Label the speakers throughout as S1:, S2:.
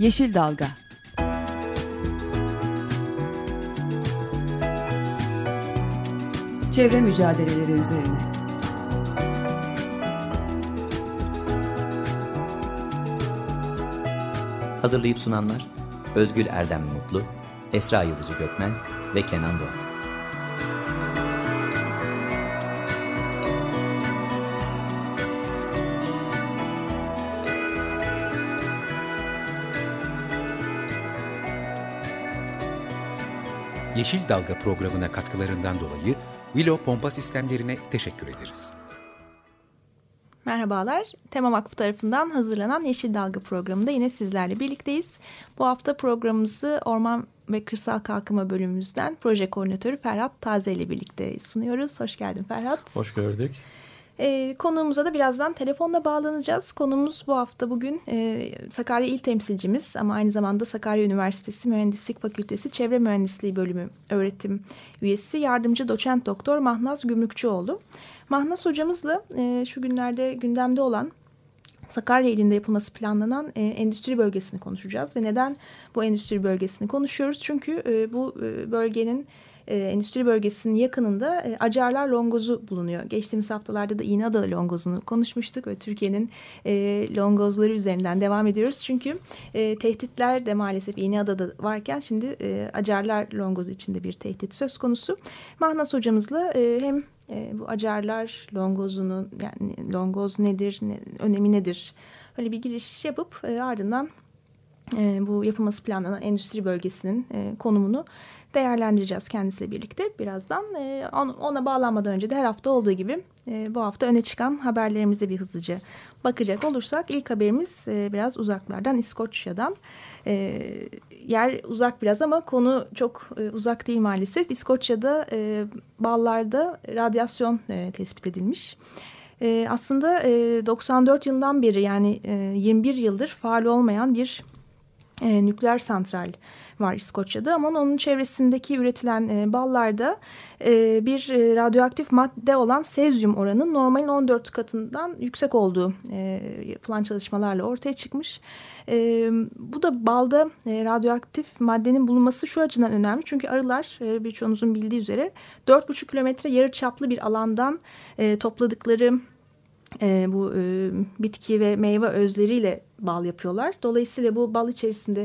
S1: Yeşil Dalga. Çevre mücadeleleri üzerine.
S2: Hazırlayıp sunanlar Özgül Erdem Mutlu, Esra Yazıcı Gökmen ve Kenan Doğan.
S3: Yeşil Dalga programına katkılarından dolayı Willow Pompa Sistemlerine teşekkür ederiz.
S4: Merhabalar, Tema Vakfı tarafından hazırlanan Yeşil Dalga programında yine sizlerle birlikteyiz. Bu hafta programımızı Orman ve Kırsal Kalkınma bölümümüzden proje koordinatörü Ferhat Taze ile birlikte sunuyoruz. Hoş geldin Ferhat.
S5: Hoş gördük.
S4: Konuğumuza da birazdan telefonla bağlanacağız. Konuğumuz bu hafta bugün Sakarya İl Temsilcimiz ama aynı zamanda Sakarya Üniversitesi Mühendislik Fakültesi Çevre Mühendisliği Bölümü öğretim üyesi yardımcı doçent doktor Mahnaz Gümrükçüoğlu. Mahnaz hocamızla şu günlerde gündemde olan Sakarya ilinde yapılması planlanan endüstri bölgesini konuşacağız. Ve neden bu endüstri bölgesini konuşuyoruz? Çünkü bu bölgenin endüstri bölgesinin yakınında Acarlar Longozu bulunuyor. Geçtiğimiz haftalarda da İğneada Longozunu konuşmuştuk ve Türkiye'nin longozları üzerinden devam ediyoruz. Çünkü tehditler de maalesef İğneada'da varken şimdi Acarlar Longozu için de bir tehdit söz konusu. Mahnaz hocamızla hem bu Acarlar Longozu'nun yani longoz nedir, önemi nedir? Öyle bir giriş yapıp ardından bu yapılması planlanan endüstri bölgesinin konumunu değerlendireceğiz kendisiyle birlikte birazdan. Ona bağlanmadan önce de her hafta olduğu gibi bu hafta öne çıkan haberlerimize bir hızlıca bakacak olursak ilk haberimiz biraz uzaklardan, İskoçya'dan. Yer uzak biraz ama konu çok uzak değil maalesef. İskoçya'da ballarda radyasyon tespit edilmiş. Aslında 94 yılından beri yani 21 yıldır faal olmayan bir nükleer santral var İskoçya'da ama onun çevresindeki üretilen ballarda bir radyoaktif madde olan sezyum oranının normalin 14 katından yüksek olduğu yapılan çalışmalarla ortaya çıkmış. Bu da balda radyoaktif maddenin bulunması şu açıdan önemli. Çünkü arılar birçoğunuzun bildiği üzere 4,5 kilometre yarıçaplı bir alandan topladıkları bu bitki ve meyve özleriyle bal yapıyorlar. Dolayısıyla bu bal içerisinde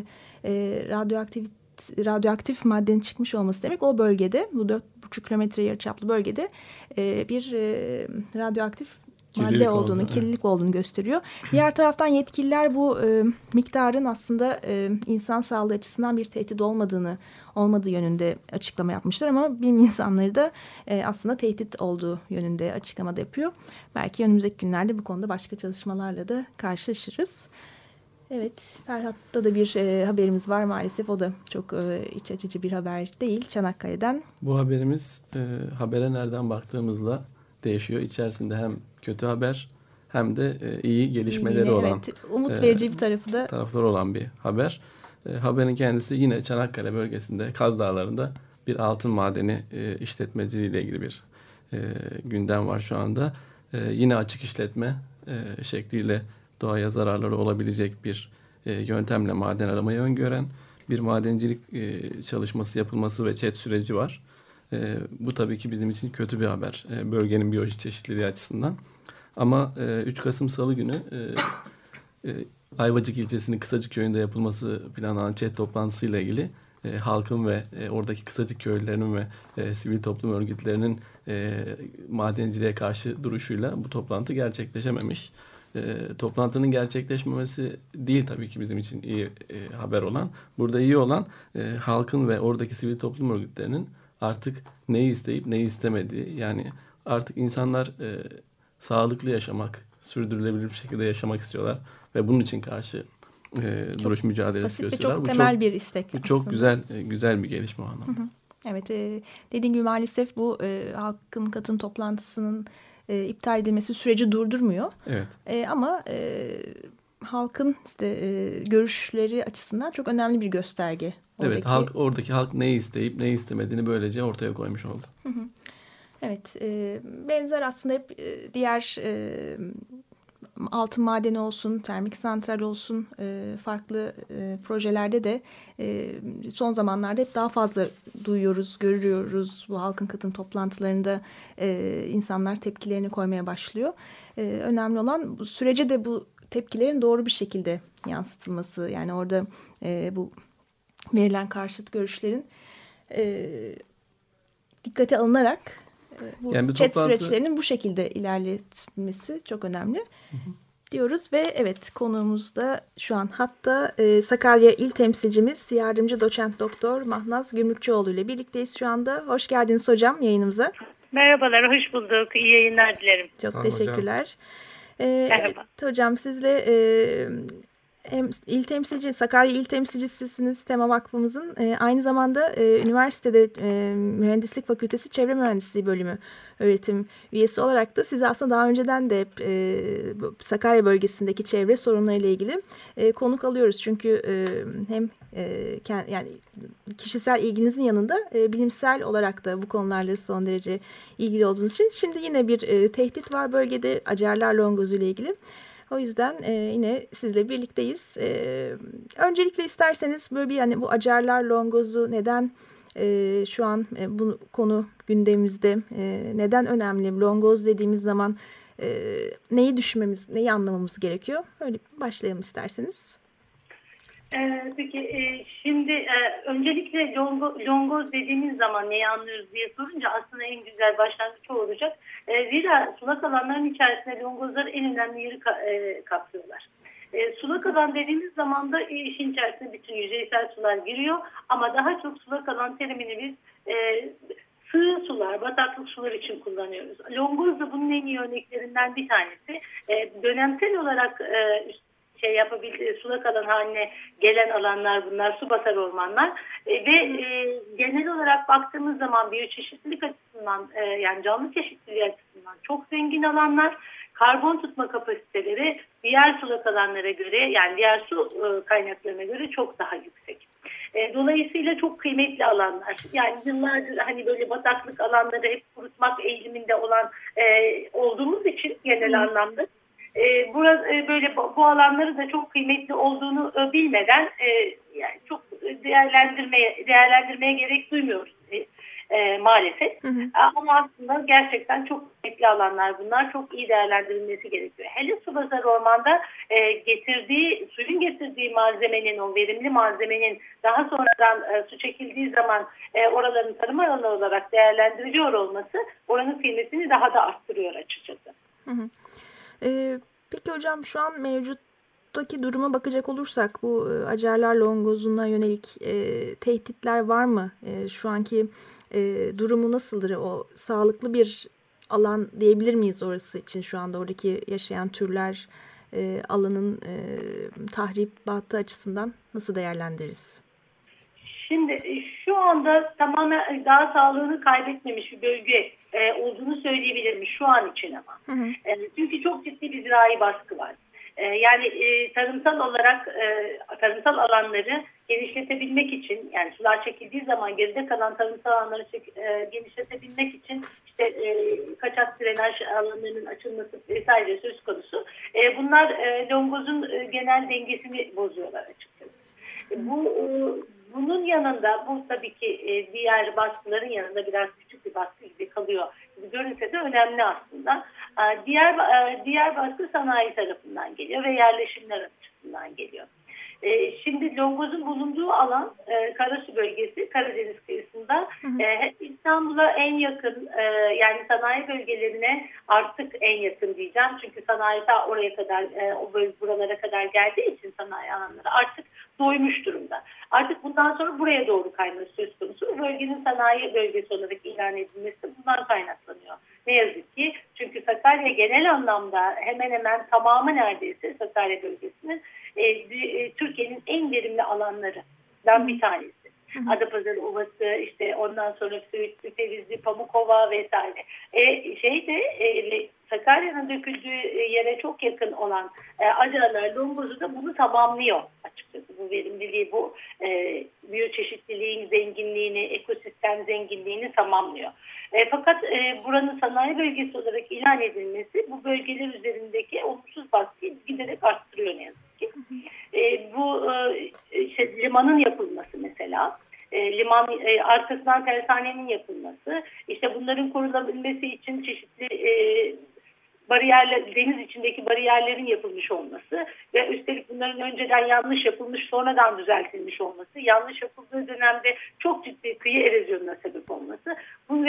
S4: radyoaktif maddenin çıkmış olması demek o bölgede bu 4,5 kilometre yarıçaplı bölgede bir radyoaktif madde olduğunu, kirlilik olduğunu gösteriyor. Diğer taraftan yetkililer bu miktarın aslında insan sağlığı açısından bir tehdit olmadığı yönünde açıklama yapmışlar ama bilim insanları da aslında tehdit olduğu yönünde açıklamada yapıyor. Belki önümüzdeki günlerde bu konuda başka çalışmalarla da karşılaşırız. Evet, Ferhat'ta da bir haberimiz var maalesef. O da çok iç açıcı bir haber değil. Çanakkale'den.
S5: Bu haberimiz habere nereden baktığımızla değişiyor. İçerisinde hem kötü haber hem de iyi gelişmeleri olan.
S4: Evet, umut verici bir tarafları
S5: olan bir haber. Haberin kendisi yine Çanakkale bölgesinde Kaz Dağları'nda bir altın madeni işletmeciliğiyle ilgili bir gündem var şu anda. Yine açık işletme şekliyle doğaya zararları olabilecek bir yöntemle maden aramayı öngören bir madencilik çalışması yapılması ve ÇED süreci var. Bu tabii ki bizim için kötü bir haber bölgenin biyolojik çeşitliliği açısından. Ama 3 Kasım Salı günü Ayvacık ilçesinin Kısacık köyünde yapılması planlanan ÇED toplantısıyla ilgili halkın ve oradaki Kısacık köylülerinin ve sivil toplum örgütlerinin madenciliğe karşı duruşuyla bu toplantı gerçekleşememiş. Toplantının gerçekleşmemesi değil tabii ki bizim için iyi haber olan. Burada iyi olan halkın ve oradaki sivil toplum örgütlerinin artık neyi isteyip neyi istemediği. Yani artık insanlar sağlıklı yaşamak, sürdürülebilir bir şekilde yaşamak istiyorlar. Ve bunun için karşı duruş mücadelesi gösteriyorlar.
S4: Çok temel bir istek.
S5: Bu çok güzel bir gelişme o anlamda.
S4: Evet, dediğim gibi maalesef bu halkın katılım toplantısının iptal edilmesi süreci durdurmuyor.
S5: Evet.
S4: Ama halkın görüşleri açısından çok önemli bir gösterge.
S5: Evet, oradaki halk neyi isteyip neyi istemediğini böylece ortaya koymuş oldu.
S4: Evet, benzer aslında hep diğer altın madeni olsun, termik santral olsun, farklı projelerde de son zamanlarda hep daha fazla duyuyoruz, görüyoruz. Bu halkın katılım toplantılarında insanlar tepkilerini koymaya başlıyor. Önemli olan bu sürece de bu tepkilerin doğru bir şekilde yansıtılması. Yani orada bu verilen karşıt görüşlerin dikkate alınarak bu
S5: yani
S4: chat süreçlerinin bu şekilde ilerletmesi çok önemli. Diyoruz ve evet, konuğumuz da şu an hatta Sakarya İl Temsilcimiz Yardımcı Doçent Doktor Mahnaz Gümrükçüoğlu ile birlikteyiz şu anda. Hoş geldiniz hocam yayınımıza.
S6: Merhabalar, hoş bulduk. İyi yayınlar dilerim.
S4: Çok teşekkürler.
S6: Merhaba.
S4: Evet, hocam sizle hem Sakarya İl Temsilcisisiniz Tema Vakfımızın. Aynı zamanda üniversitede Mühendislik Fakültesi Çevre Mühendisliği Bölümü öğretim üyesi olarak da size aslında daha önceden de hep Sakarya bölgesindeki çevre sorunlarıyla ilgili konuk alıyoruz. Çünkü hem yani kişisel ilginizin yanında bilimsel olarak da bu konularla son derece ilgili olduğunuz için şimdi yine bir tehdit var bölgede, Acarlar Longozu ile ilgili. O yüzden yine sizle birlikteyiz. Öncelikle isterseniz böyle bir hani bu Acarlar Longozu neden şu an bu konu gündemimizde, neden önemli? Longoz dediğimiz zaman neyi düşünmemiz, neyi anlamamız gerekiyor? Öyle başlayalım isterseniz.
S6: Peki şimdi öncelikle longoz dediğimiz zaman neyi anlıyoruz diye sorunca aslında en güzel başlangıç olacak. Zira sulak alanların içerisinde longozlar en önemli yeri kapsıyorlar. Sulak alan dediğimiz zaman da işin içerisinde bütün yüzeysel sular giriyor ama daha çok sulak alan terimini biz sığ sular, bataklık sular için kullanıyoruz. Longoz da bunun en iyi örneklerinden bir tanesi. Dönemsel olarak sulak alan haline gelen alanlar bunlar, su basar ormanlar ve genel olarak baktığımız zaman biyoçeşitlilik açısından yani canlı çeşitliliği açısından çok zengin alanlar, karbon tutma kapasiteleri diğer sulak alanlara göre yani diğer su kaynaklarına göre çok daha yüksek. Dolayısıyla çok kıymetli alanlar. Yani yıllardır hani böyle bataklık alanları hep kurutmak eğiliminde olan olduğumuz için genel anlamda böyle bu alanları da çok kıymetli olduğunu bilmeden yani çok değerlendirmeye gerek duymuyoruz maalesef. Ama aslında gerçekten çok kıymetli alanlar bunlar. Çok iyi değerlendirilmesi gerekiyor. Hele su basar ormanda suyun getirdiği malzemenin, o verimli malzemenin daha sonradan su çekildiği zaman oraların tarım alanı olarak değerlendiriliyor olması oranın kıymetini daha da arttırıyor açıkçası.
S4: Peki hocam şu an mevcuttaki duruma bakacak olursak bu Acarlar Longozu'na yönelik tehditler var mı? Şu anki durumu nasıldır? O sağlıklı bir alan diyebilir miyiz orası için şu anda oradaki yaşayan türler alanın tahribatı açısından nasıl değerlendiririz?
S6: Şimdi şu anda tamamen daha sağlığını kaybetmemiş bir bölge olduğunu söyleyebilirim şu an için ama. Çünkü çok ciddi bir zirai baskı var. Yani tarımsal alanları genişletebilmek için yani sular çekildiği zaman geride kalan tarımsal alanları genişletebilmek için işte kaçak drenaj alanlarının açılması vesaire söz konusu. Bunlar longozun genel dengesini bozuyorlar açıkçası. Bunun yanında bu tabii ki diğer baskıların yanında biraz küçük bir baskı gibi kalıyor. Görünse de önemli aslında. Diğer baskı sanayi tarafından geliyor ve yerleşimler açısından geliyor. Şimdi longozun bulunduğu alan Karasu bölgesi, Karadeniz kıyısında. İstanbul'a en yakın yani sanayi bölgelerine artık en yakın diyeceğim. Çünkü sanayi ta oraya kadar buralara kadar geldiği için sanayi alanları artık doymuş durumda. Artık bundan sonra buraya doğru kayması söz konusu. Bu bölgenin sanayi bölgesi olarak ilan edilmesi bundan kaynaklanıyor. Ne yazık ki çünkü Sakarya genel anlamda hemen hemen tamamı neredeyse Sakarya bölgesinin Türkiye'nin en verimli alanlarından bir tanesi. Adapazarı Ovası, işte ondan sonra Söğütlü, Fevizli, Pamukova vesaire. Sakarya'nın döküldüğü yere çok yakın olan Acarlar Longozu da bunu tamamlıyor açıkçası. Bu verimliliği, bu biyoçeşitliliğin zenginliğini, ekosistem zenginliğini tamamlıyor. Fakat buranın sanayi bölgesi olarak ilan edilmesi bu bölgeler üzerindeki olumsuz baskıyı giderek arttırıyor ne yazık ki. Bu limanın yapılması mesela, liman arkasından tersanenin yapılması, işte bunların korunulabilmesi için çeşitli bariyerler, deniz içindeki bariyerlerin yapılmış olması ve üstelik bunların önceden yanlış yapılmış, sonradan düzeltilmiş olması, yanlış yapıldığı dönemde çok ciddi kıyı erozyonuna sebep olması, bu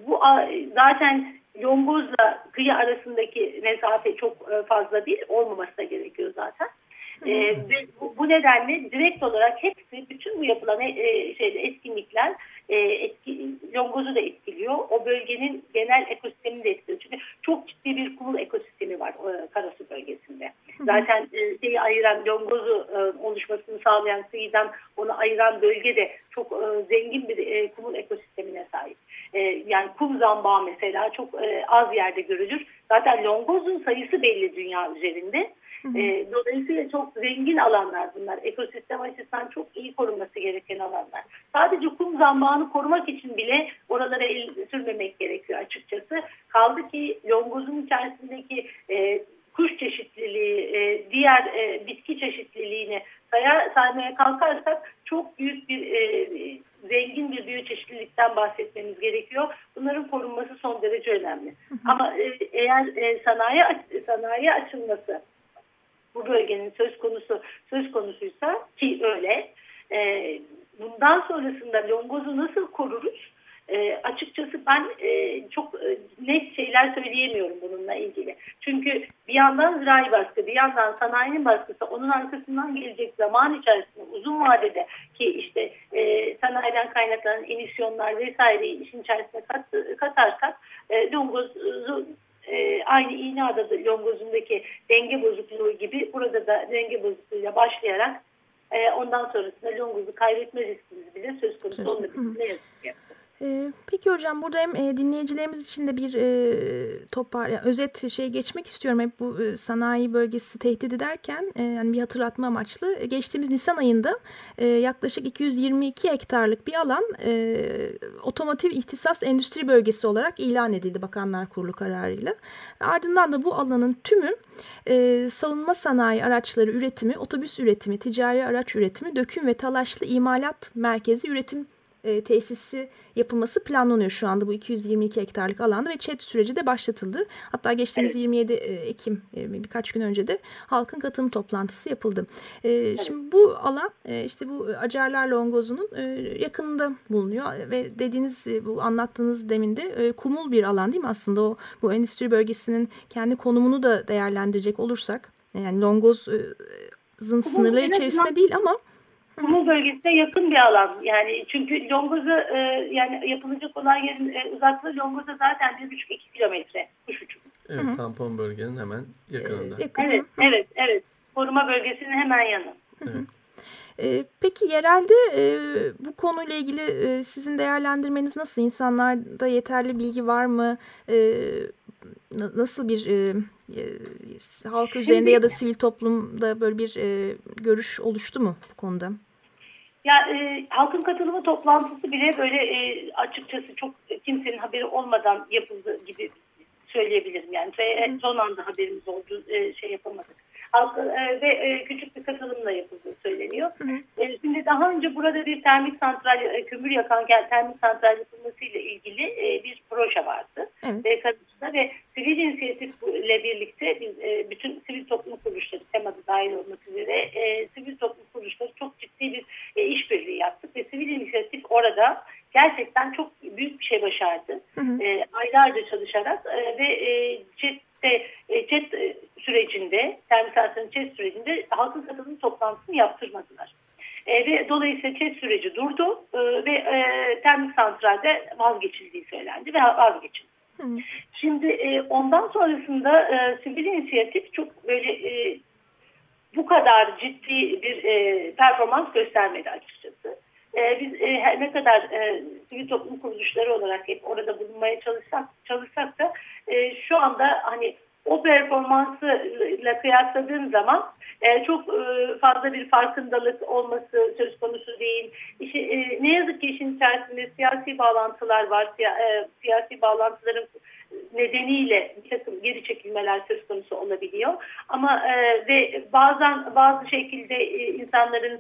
S6: zaten Longoz'la kıyı arasındaki mesafe çok fazla değil, olmaması da gerekiyor zaten. Ve bu nedenle direkt olarak hepsi, bütün bu yapılan etkinlikler Longoz'u da etkiliyor. O bölgenin genel ekosistemini de etkiliyor. Çünkü çok ciddi bir kumul ekosistemi var Karasu bölgesinde. Zaten ayıran, Longoz'u oluşmasını sağlayan, kıyıdan onu ayıran bölge de çok zengin bir kumul ekosistemine sahip. Yani kum zambağı mesela çok az yerde görülür. Zaten Longoz'un sayısı belli dünya üzerinde. Dolayısıyla çok zengin alanlar bunlar. Ekosistem açısından çok iyi korunması gereken alanlar. Sadece kum zambağını korumak için bile oralara el sürmemek gerekiyor açıkçası. Kaldı ki Longoz'un içerisindeki kuş çeşitliliği, diğer bitki çeşitliliğini saymaya kalkarsak çok büyük bir zengin bir biyoçeşitlilikten bahsetmemiz gerekiyor. Bunların korunması son derece önemli. Ama eğer sanayi açılması bu bölgenin söz konusuysa, ki öyle, bundan sonrasında Longoz'u nasıl koruruz? Açıkçası ben çok net şeyler söyleyemiyorum bununla ilgili. Çünkü bir yandan zirai baskı, bir yandan sanayinin baskısı, onun arkasından gelecek zaman içerisinde uzun vadede ki işte sanayiden kaynaklanan emisyonlar vesaireyi işin içerisine katarsak Longoz'u aynı İğneada'da Longoz'undaki denge bozukluğu gibi burada da denge bozukluğuyla başlayarak ondan sonrasında Longoz'u kaybetme riskimiz bile söz konusu olabilir. Ne yazık ki.
S4: Peki hocam, burada hem dinleyicilerimiz için de bir özet geçmek istiyorum. Hep bu sanayi bölgesi tehdit ederken yani bir hatırlatma amaçlı. Geçtiğimiz Nisan ayında yaklaşık 222 hektarlık bir alan otomotiv ihtisas endüstri bölgesi olarak ilan edildi Bakanlar Kurulu kararıyla. Ardından da bu alanın tümü savunma sanayi araçları üretimi, otobüs üretimi, ticari araç üretimi, döküm ve talaşlı imalat merkezi üretim tesisi yapılması planlanıyor şu anda bu 222 hektarlık alanda ve ÇED süreci de başlatıldı. Hatta geçtiğimiz 27 Ekim birkaç gün önce de halkın katılım toplantısı yapıldı. Şimdi bu alan işte bu Acarlar Longoz'unun yakınında bulunuyor ve dediğiniz, bu anlattığınız demin de kumul bir alan değil mi aslında? Bu endüstri bölgesinin kendi konumunu da değerlendirecek olursak, yani Longoz'un sınırları içerisinde değil ama
S6: kumul bölgesine yakın bir alan. Yani çünkü Longoz'a yani yapılacak olan yerin uzaklığı Longoz'a zaten 1,5-2 kilometre kuş uçumu.
S5: Evet, tampon bölgenin hemen yakınında.
S6: Evet. Koruma bölgesinin hemen yanı.
S5: Evet.
S4: Peki yerelde bu konuyla ilgili sizin değerlendirmeniz nasıl? İnsanlarda yeterli bilgi var mı? Nasıl bir halk üzerinde ya da sivil toplumda böyle bir görüş oluştu mu bu konuda?
S6: Ya halkın katılımı toplantısı bile böyle açıkçası çok kimsenin haberi olmadan yapıldı gibi söyleyebilirim. Yani son anda haberimiz oldu, yapamadık. Halk ve küçük bir katılımla yapıldığı söyleniyor. Şimdi daha önce burada bir termik santral, kömür yakan termik santral yapılmasıyla ilgili bir proje vardı. Ve sivil inisiyatifle birlikte biz bütün sivil toplum kuruluşları, TEMA'da dahil olmak üzere sivil toplum kuruluşları çok ciddi bir işbirliği yaptık ve sivil inisiyatif orada gerçekten çok büyük bir şey başardı. Aylarca çalışarak ve ÇED sürecinde, termisasyonun ÇED sürecinde halkın katılım toplantısını yaptırmadılar. Ve dolayısıyla ÇED süreci durdu ve termik santralde vazgeçildiği söylendi ve vazgeçildi. Şimdi ondan sonrasında sivil inisiyatif çok böyle bu kadar ciddi bir performans göstermedi açıkçası. Biz ne kadar sivil toplum kuruluşları olarak hep orada bulunmaya çalışsak da şu anda hani o performansıyla kıyasladığım zaman çok fazla bir farkındalık olması söz konusu değil. Ne yazık ki işin içerisinde siyasi bağlantılar var. Siyasi bağlantıların nedeniyle bir takım geri çekilmeler söz konusu olabiliyor. Ama ve bazı şekilde insanların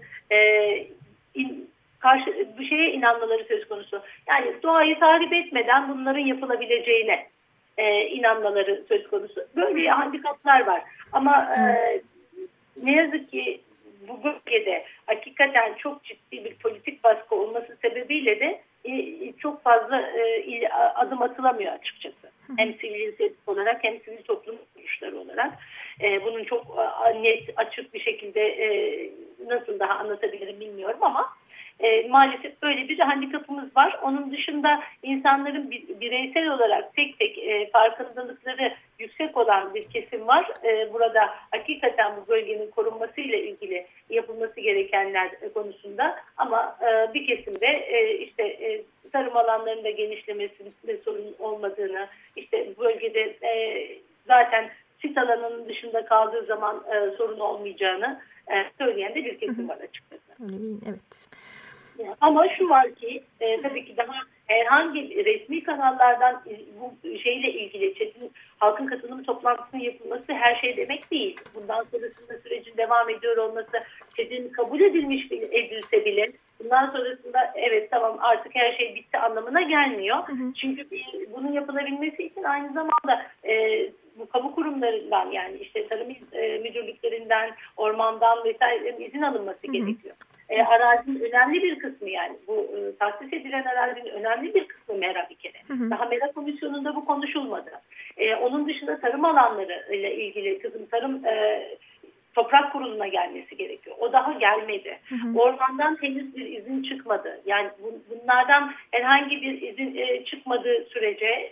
S6: bu şeye inanmaları söz konusu. Yani doğayı tahrip etmeden bunların yapılabileceğine inanmaları söz konusu. Böyle handikaplar var. Ama ne yazık ki bu bölgede hakikaten çok ciddi bir politik baskı olması sebebiyle de çok fazla adım atılamıyor açıkçası. Hem sivil inisiyatif olarak hem sivil toplum kuruluşları olarak. Bunun çok net, açık bir şekilde nasıl daha anlatabilirim bilmiyorum ama maalesef böyle bir handikapımız var. Onun dışında insanların bireysel olarak tek tek farkındalıkları yüksek olan bir kesim var. Burada hakikaten bu bölgenin korunmasıyla ilgili yapılması gerekenler konusunda ama bir kesimde tarım alanlarında genişlemesinde sorun olmadığını, bu bölgede zaten sit alanının dışında kaldığı zaman sorun olmayacağını söyleyen de bir kesim var açıkçası.
S4: Evet.
S6: Ama şu var ki tabii ki daha herhangi resmi kanallardan bu şeyle ilgili halkın katılım toplantısının yapılması her şey demek değil. Bundan sonrasında sürecin devam ediyor olması, ÇED'in kabul edilse bile bundan sonrasında evet tamam artık her şey bitti anlamına gelmiyor. Çünkü bunun yapılabilmesi için aynı zamanda bu kamu kurumlarından yani tarım müdürlüklerinden, ormandan vesaire izin alınması gerekiyor. Arazinin önemli bir kısmı yani bu tahsis edilen arazinin önemli bir kısmı mera bir kere. Daha mera komisyonunda bu konuşulmadı. Onun dışında tarım alanları ile ilgili tarım toprak kuruluna gelmesi gerekiyor. O daha gelmedi. Ormandan henüz bir izin çıkmadı. Yani bunlardan herhangi bir izin çıkmadığı sürece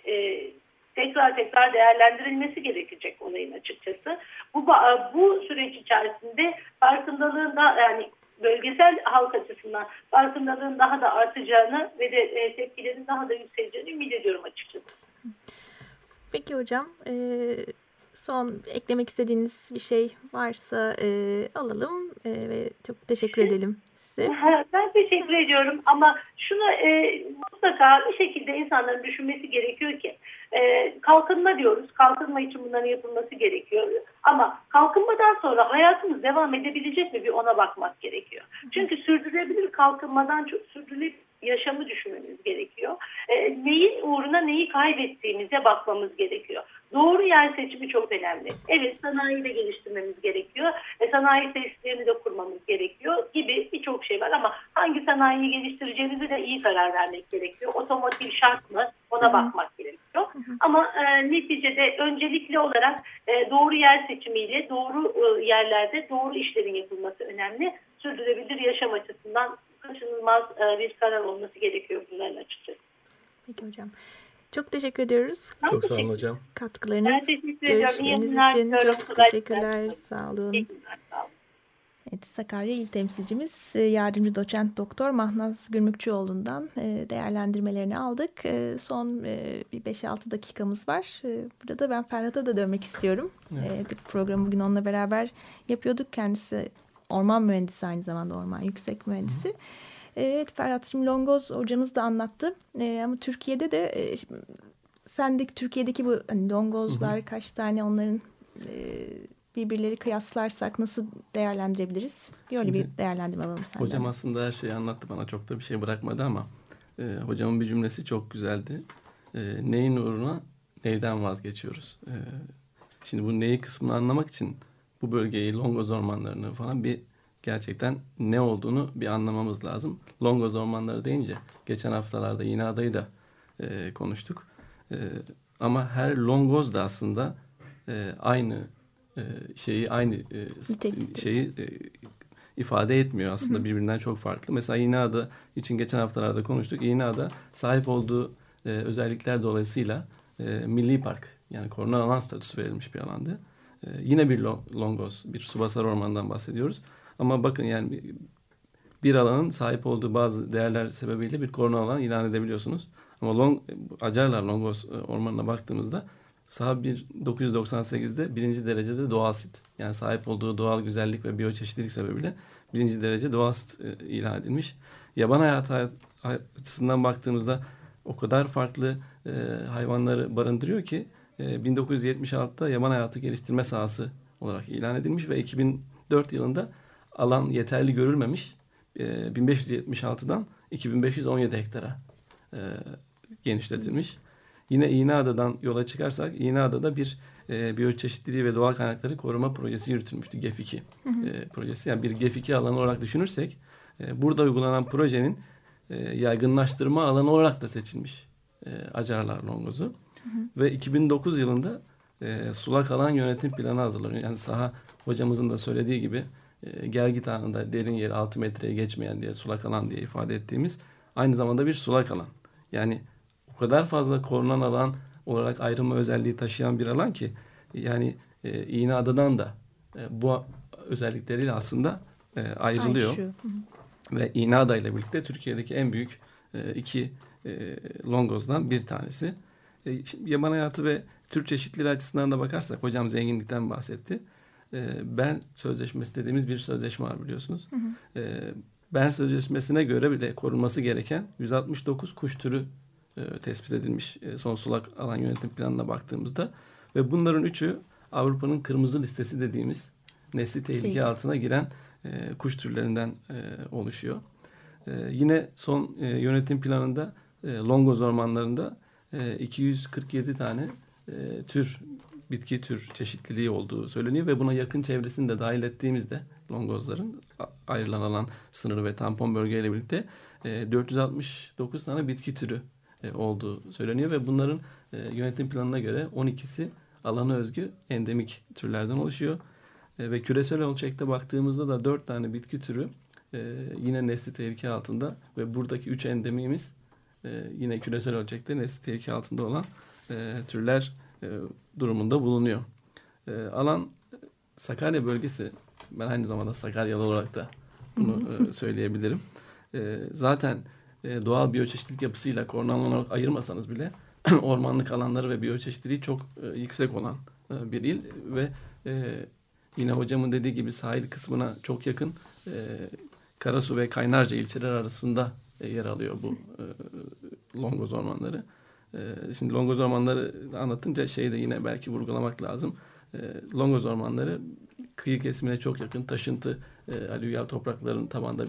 S6: tekrar değerlendirilmesi gerekecek olayın açıkçası. Bu süreç içerisinde farkındalığın da yani bölgesel halk açısından farkındalığın daha da artacağını ve de tepkilerin daha da yükseleceğini ümit ediyorum açıkçası.
S4: Peki hocam, son eklemek istediğiniz bir şey varsa alalım ve çok teşekkür edelim size.
S6: Ben teşekkür ediyorum ama şunu mutlaka bir şekilde insanların düşünmesi gerekiyor ki kalkınma diyoruz. Kalkınma için bunların yapılması gerekiyor. Ama kalkınmadan sonra hayatımız devam edebilecek mi bir ona bakmak gerekiyor. Çünkü sürdürülebilir kalkınmadan çok sürdürülebilir yaşamı düşünmemiz gerekiyor. Neyin uğruna neyi kaybettiğimize bakmamız gerekiyor. Doğru yer seçimi çok önemli. Evet sanayiyi de geliştirmemiz gerekiyor. Sanayi tesislerini de kurmamız gerekiyor gibi birçok şey var ama hangi sanayiyi geliştireceğimize de iyi karar vermek gerekiyor. Otomotiv şart mı ona bakmak gerekiyor. Ama neticede öncelikli olarak doğru yer seçimiyle doğru yerlerde doğru işlerin yapılması önemli. Sürdürülebilir yaşam açısından kaçınılmaz bir karar olması gerekiyor bunların açıkçası.
S4: Peki hocam. Çok teşekkür ediyoruz.
S5: Çok sağ olun hocam.
S4: Katkılarınız, görüşleriniz için çok teşekkürler. Sağ olun. Evet, Sakarya İl Temsilcimiz Yardımcı Doçent Doktor Mahnaz Gürmükçüoğlu'ndan değerlendirmelerini aldık. Son bir 5-6 dakikamız var. Burada da ben Ferhat'a da dönmek istiyorum. Evet. Programı bugün onunla beraber yapıyorduk. Kendisi orman mühendisi, aynı zamanda orman yüksek mühendisi. Evet Ferhat, şimdi Longoz hocamız da anlattı ama Türkiye'de de sen de Türkiye'deki bu Longozlar kaç tane, onların birbirleri kıyaslarsak nasıl değerlendirebiliriz? Böyle bir değerlendirme alalım senden.
S5: Hocam aslında her şeyi anlattı, bana çok da bir şey bırakmadı ama hocamın bir cümlesi çok güzeldi. Neyin uğruna neyden vazgeçiyoruz? Şimdi bu neyi kısmını anlamak için bu bölgeyi, Longoz ormanlarını falan bir gerçekten ne olduğunu bir anlamamız lazım. Longoz ormanları deyince geçen haftalarda İğneada'yı da konuştuk. Ama her Longoz da aslında aynı şeyi ifade etmiyor. Aslında birbirinden çok farklı. Mesela İğneada için geçen haftalarda konuştuk. İğneada sahip olduğu özellikler dolayısıyla milli park, yani korunan alan statüsü verilmiş bir alandı. Yine bir Longoz, bir Subasar Ormanı'ndan bahsediyoruz. Ama bakın yani bir alanın sahip olduğu bazı değerler sebebiyle bir koruna alan ilan edebiliyorsunuz. Ama Acarlar Longoz ormanına baktığımızda saha 1998'de 1. derecede doğal sit. Yani sahip olduğu doğal güzellik ve biyoçeşitlilik sebebiyle 1. derece doğal sit ilan edilmiş. Yaban hayatı açısından baktığımızda o kadar farklı hayvanları barındırıyor ki 1976'da yaban hayatı geliştirme sahası olarak ilan edilmiş ve 2004 yılında alan yeterli görülmemiş 1576'dan 2517 hektara genişletilmiş. Yine İğneada'dan yola çıkarsak İğneada'da bir biyoçeşitliliği ve doğal kaynakları koruma projesi yürütülmüştü. GEF2 projesi. Yani bir GEF2 alanı olarak düşünürsek burada uygulanan projenin yaygınlaştırma alanı olarak da seçilmiş Acarlar Longozu. Ve 2009 yılında sulak alan yönetim planı hazırlanıyor. Yani saha hocamızın da söylediği gibi gelgit anında derin yeri 6 metreye geçmeyen diye sulak alan diye ifade ettiğimiz aynı zamanda bir sulak alan. Yani o kadar fazla korunan alan olarak ayrılma özelliği taşıyan bir alan ki yani İğneada'dan da bu özellikleriyle aslında ayrılıyor. Ve İğneada ile birlikte Türkiye'deki en büyük iki longozdan bir tanesi. Yaban hayatı ve tür çeşitliliği açısından da bakarsak hocam zenginlikten bahsetti. Bern Sözleşmesi dediğimiz bir sözleşme var biliyorsunuz. Bern Sözleşmesi'ne göre bile korunması gereken 169 kuş türü tespit edilmiş son sulak alan yönetim planına baktığımızda. Ve bunların üçü Avrupa'nın kırmızı listesi dediğimiz nesli tehlike altına giren kuş türlerinden oluşuyor. Yine son yönetim planında longoz ormanlarında 247 tane bitki tür çeşitliliği olduğu söyleniyor ve buna yakın çevresini de dahil ettiğimizde longozların ayrılan alan sınırı ve tampon bölgeyle birlikte 469 tane bitki türü olduğu söyleniyor ve bunların yönetim planına göre 12'si alana özgü endemik türlerden oluşuyor. Ve küresel ölçekte baktığımızda da 4 tane bitki türü yine nesli tehlike altında ve buradaki 3 endemimiz yine küresel ölçekte nesli tehlike altında olan türler durumunda bulunuyor. Alan Sakarya bölgesi, ben aynı zamanda Sakaryalı olarak da bunu söyleyebilirim. Zaten doğal biyoçeşitlilik yapısıyla korunan alan olarak ayırmasanız bile ormanlık alanları ve biyoçeşitliliği çok yüksek olan bir il ve yine hocamın dediği gibi sahil kısmına çok yakın Karasu ve Kaynarca ilçeler arasında yer alıyor bu longoz ormanları. Şimdi longoz ormanları anlatınca şeyi de yine belki vurgulamak lazım. Longoz ormanları kıyı kesimine çok yakın taşıntı, alüvyal toprakların tabanda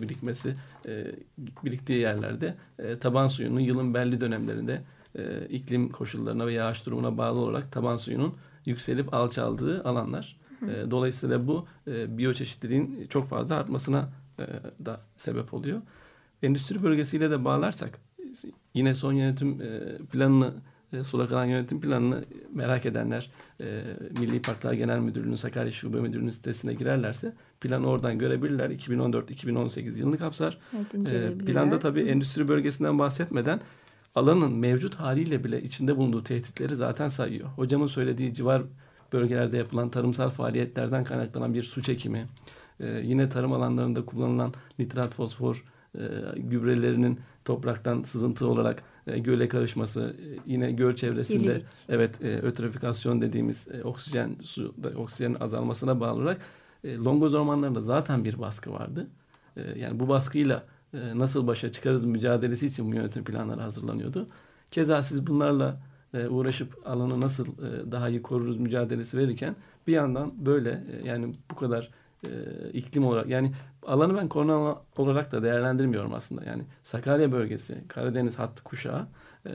S5: biriktiği yerlerde taban suyunun yılın belli dönemlerinde iklim koşullarına ve yağış durumuna bağlı olarak taban suyunun yükselip alçaldığı alanlar. Dolayısıyla bu biyoçeşitliliğin çok fazla artmasına da sebep oluyor. Endüstri bölgesiyle de bağlarsak yine son yönetim planını, sulak alan yönetim planını merak edenler Milli Parklar Genel Müdürlüğü'nün Sakarya Şube Müdürlüğü'nün sitesine girerlerse planı oradan görebilirler. 2014-2018 yılını kapsar. Evet, planda tabii endüstri bölgesinden bahsetmeden alanın mevcut haliyle bile içinde bulunduğu tehditleri zaten sayıyor. Hocamın söylediği civar bölgelerde yapılan tarımsal faaliyetlerden kaynaklanan bir su çekimi, yine tarım alanlarında kullanılan nitrat, fosfor gübrelerinin topraktan sızıntı olarak göle karışması, yine göl çevresinde ötrofikasyon dediğimiz oksijenin azalmasına bağlı olarak longoz ormanlarında zaten bir baskı vardı. Yani bu baskıyla nasıl başa çıkarız mücadelesi için bu yönetim planları hazırlanıyordu. Keza siz bunlarla uğraşıp alanı nasıl daha iyi koruruz mücadelesi verirken bir yandan böyle yani bu kadar iklim olarak yani alanı ben korona olarak da değerlendirmiyorum aslında. Yani Sakarya bölgesi, Karadeniz hattı kuşağı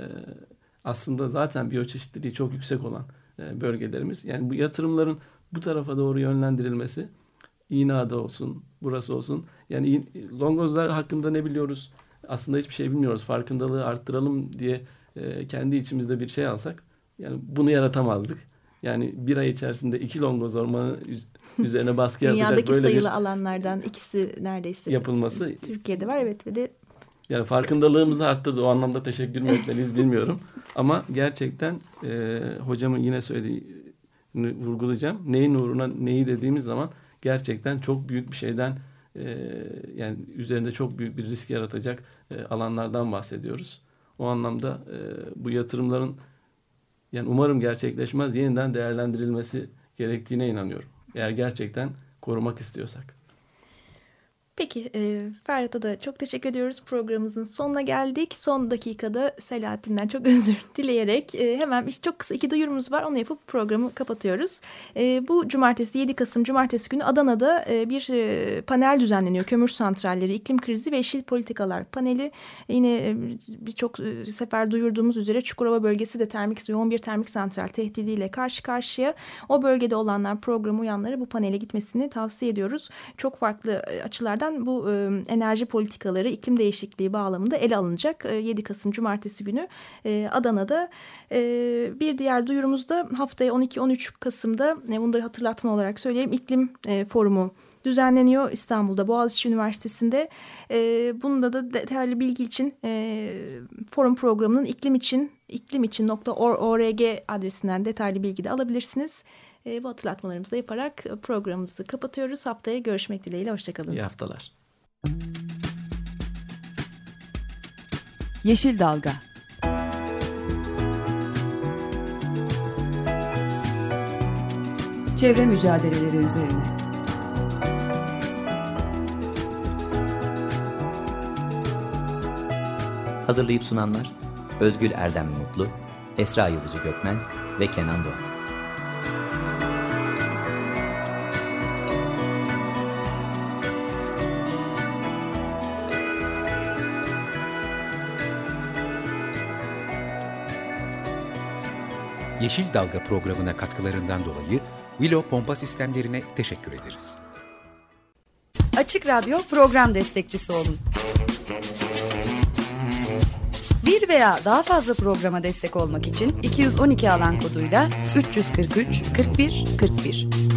S5: aslında zaten biyoçeşitliliği çok yüksek olan bölgelerimiz. Yani bu yatırımların bu tarafa doğru yönlendirilmesi İğneada olsun, burası olsun. Yani longozlar hakkında ne biliyoruz? Aslında hiçbir şey bilmiyoruz. Farkındalığı arttıralım diye kendi içimizde bir şey alsak yani bunu yaratamazdık. Yani bir ay içerisinde 2 longoz ormanı üzerine baskı yapacak böyle bir...
S4: Dünyadaki sayılı alanlardan ikisi neredeyse
S5: yapılması.
S4: Türkiye'de var ve de...
S5: Yani farkındalığımızı arttırdı. O anlamda teşekkür mü etmeliyiz bilmiyorum. Ama gerçekten hocamın yine söylediğini vurgulayacağım. Neyin uğruna neyi dediğimiz zaman gerçekten çok büyük bir şeyden yani üzerinde çok büyük bir risk yaratacak alanlardan bahsediyoruz. O anlamda bu yatırımların yani umarım gerçekleşmez, yeniden değerlendirilmesi gerektiğine inanıyorum. Eğer gerçekten korumak istiyorsak.
S4: Peki Ferhat'a da çok teşekkür ediyoruz. Programımızın sonuna geldik. Son dakikada Selahattin'den çok özür dileyerek hemen çok kısa 2 duyurumuz var. Onu yapıp programı kapatıyoruz. Bu cumartesi 7 Kasım cumartesi günü Adana'da bir panel düzenleniyor. Kömür santralleri, iklim krizi ve yeşil politikalar paneli. Yine birçok sefer duyurduğumuz üzere Çukurova bölgesi de yoğun bir termik santral tehdidiyle karşı karşıya. O bölgede olanlar, programı uyanları bu panele gitmesini tavsiye ediyoruz. Çok farklı açılardan bu enerji politikaları, iklim değişikliği bağlamında ele alınacak 7 Kasım Cumartesi günü Adana'da. Bir diğer duyurumuz da haftaya 12-13 Kasım'da bunu da hatırlatma olarak söyleyeyim, iklim forumu düzenleniyor İstanbul'da Boğaziçi Üniversitesi'nde. Bunda da detaylı bilgi için forum programının iklimicin.org adresinden detaylı bilgi de alabilirsiniz. Bu hatırlatmalarımızı da yaparak programımızı kapatıyoruz. Haftaya görüşmek dileğiyle. Hoşçakalın.
S5: İyi haftalar.
S1: Yeşil Dalga. Çevre mücadeleleri üzerine.
S2: Hazırlayıp sunanlar Özgül Erdem Mutlu, Esra Yazıcı Gökmen ve Kenan Doğan.
S3: Yeşil Dalga programına katkılarından dolayı Willow Pompa Sistemlerine teşekkür ederiz.
S7: Açık Radyo program destekçisi olun. Bir veya daha fazla programa destek olmak için 212 alan koduyla 343 41 41.